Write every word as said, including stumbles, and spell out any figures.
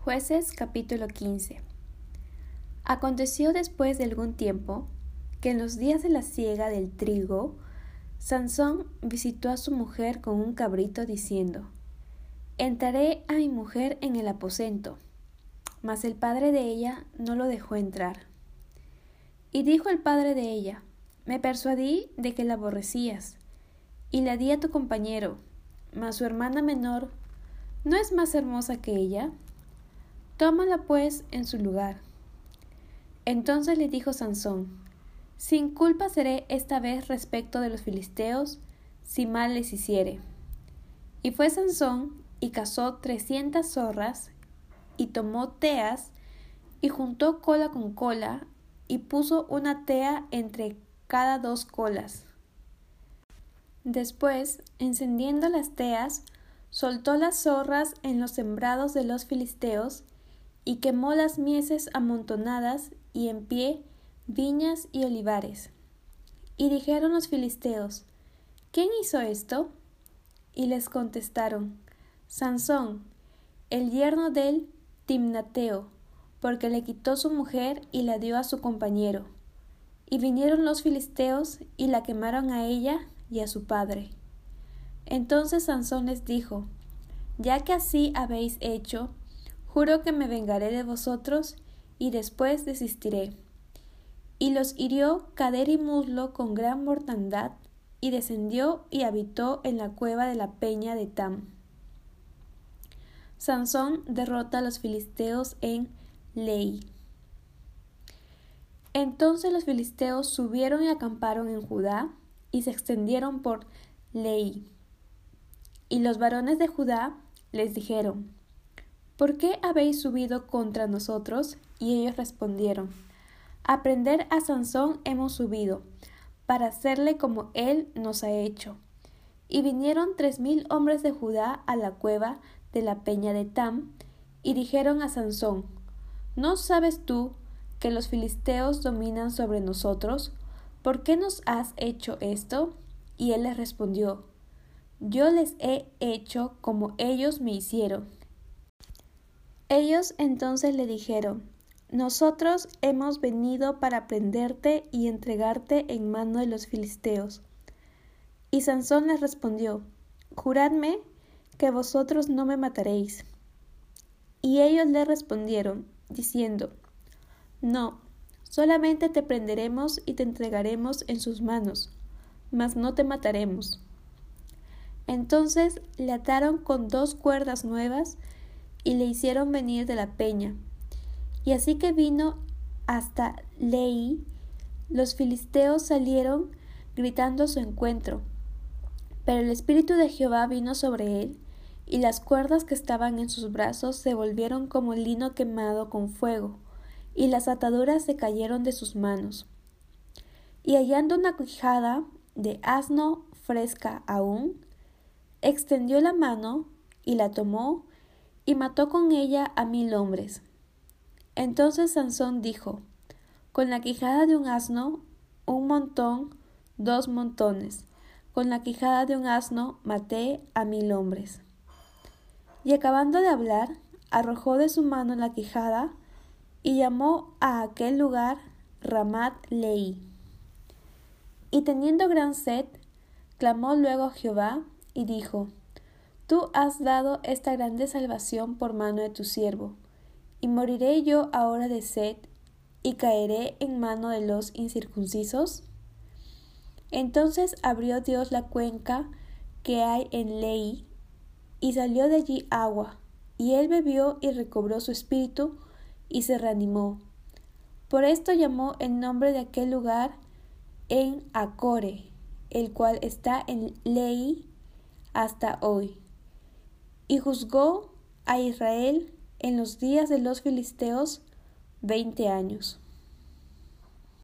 Jueces capítulo quince. Aconteció después de algún tiempo, que en los días de la siega del trigo, Sansón visitó a su mujer con un cabrito diciendo: Entraré a mi mujer en el aposento. Mas el padre de ella no lo dejó entrar. Y dijo el padre de ella: Me persuadí de que la aborrecías, y la di a tu compañero, mas su hermana menor ¿no es más hermosa que ella? Tómala pues en su lugar. Entonces le dijo Sansón: Sin culpa seré esta vez respecto de los filisteos, si mal les hiciere. Y fue Sansón y cazó trescientas zorras, y tomó teas, y juntó cola con cola, y puso una tea entre cada dos colas. Después, encendiendo las teas, soltó las zorras en los sembrados de los filisteos, y quemó las mieses amontonadas, y en pie viñas y olivares. Y dijeron los filisteos: ¿Quién hizo esto? Y les contestaron: Sansón, el yerno del Timnateo, porque le quitó su mujer y la dio a su compañero. Y vinieron los filisteos y la quemaron a ella y a su padre. Entonces Sansón les dijo: Ya que así habéis hecho, juro que me vengaré de vosotros, y después desistiré. Y los hirió cadera y muslo con gran mortandad, y descendió y habitó en la cueva de la peña de Tam. Sansón derrota a los filisteos en Lehi. Entonces los filisteos subieron y acamparon en Judá, y se extendieron por Lehi. Y los varones de Judá les dijeron: ¿Por qué habéis subido contra nosotros? Y ellos respondieron: A prender a Sansón hemos subido, para hacerle como él nos ha hecho. Y vinieron tres mil hombres de Judá a la cueva de la peña de Tam, y dijeron a Sansón: ¿No sabes tú que los filisteos dominan sobre nosotros? ¿Por qué nos has hecho esto? Y él les respondió: Yo les he hecho como ellos me hicieron. Ellos entonces le dijeron: Nosotros hemos venido para prenderte y entregarte en mano de los filisteos. Y Sansón les respondió: Juradme que vosotros no me mataréis. Y ellos le respondieron, diciendo: No, solamente te prenderemos y te entregaremos en sus manos, mas no te mataremos. Entonces le ataron con dos cuerdas nuevas, y le hicieron venir de la peña. Y así que vino hasta Lehi, los filisteos salieron gritando a su encuentro. Pero el Espíritu de Jehová vino sobre él, y las cuerdas que estaban en sus brazos se volvieron como lino quemado con fuego, y las ataduras se cayeron de sus manos. Y hallando una quijada de asno fresca aún, extendió la mano, y la tomó, y mató con ella a mil hombres. Entonces Sansón dijo: Con la quijada de un asno, un montón, dos montones. Con la quijada de un asno maté a mil hombres. Y acabando de hablar, arrojó de su mano la quijada, y llamó a aquel lugar Ramat Lehi. Y teniendo gran sed, clamó luego a Jehová, y dijo: Tú has dado esta grande salvación por mano de tu siervo, y moriré yo ahora de sed, y caeré en mano de los incircuncisos. Entonces abrió Dios la cuenca que hay en Lehi, y salió de allí agua, y él bebió y recobró su espíritu, y se reanimó. Por esto llamó el nombre de aquel lugar En Acore, el cual está en Lehi hasta hoy. Y juzgó a Israel en los días de los filisteos veinte años.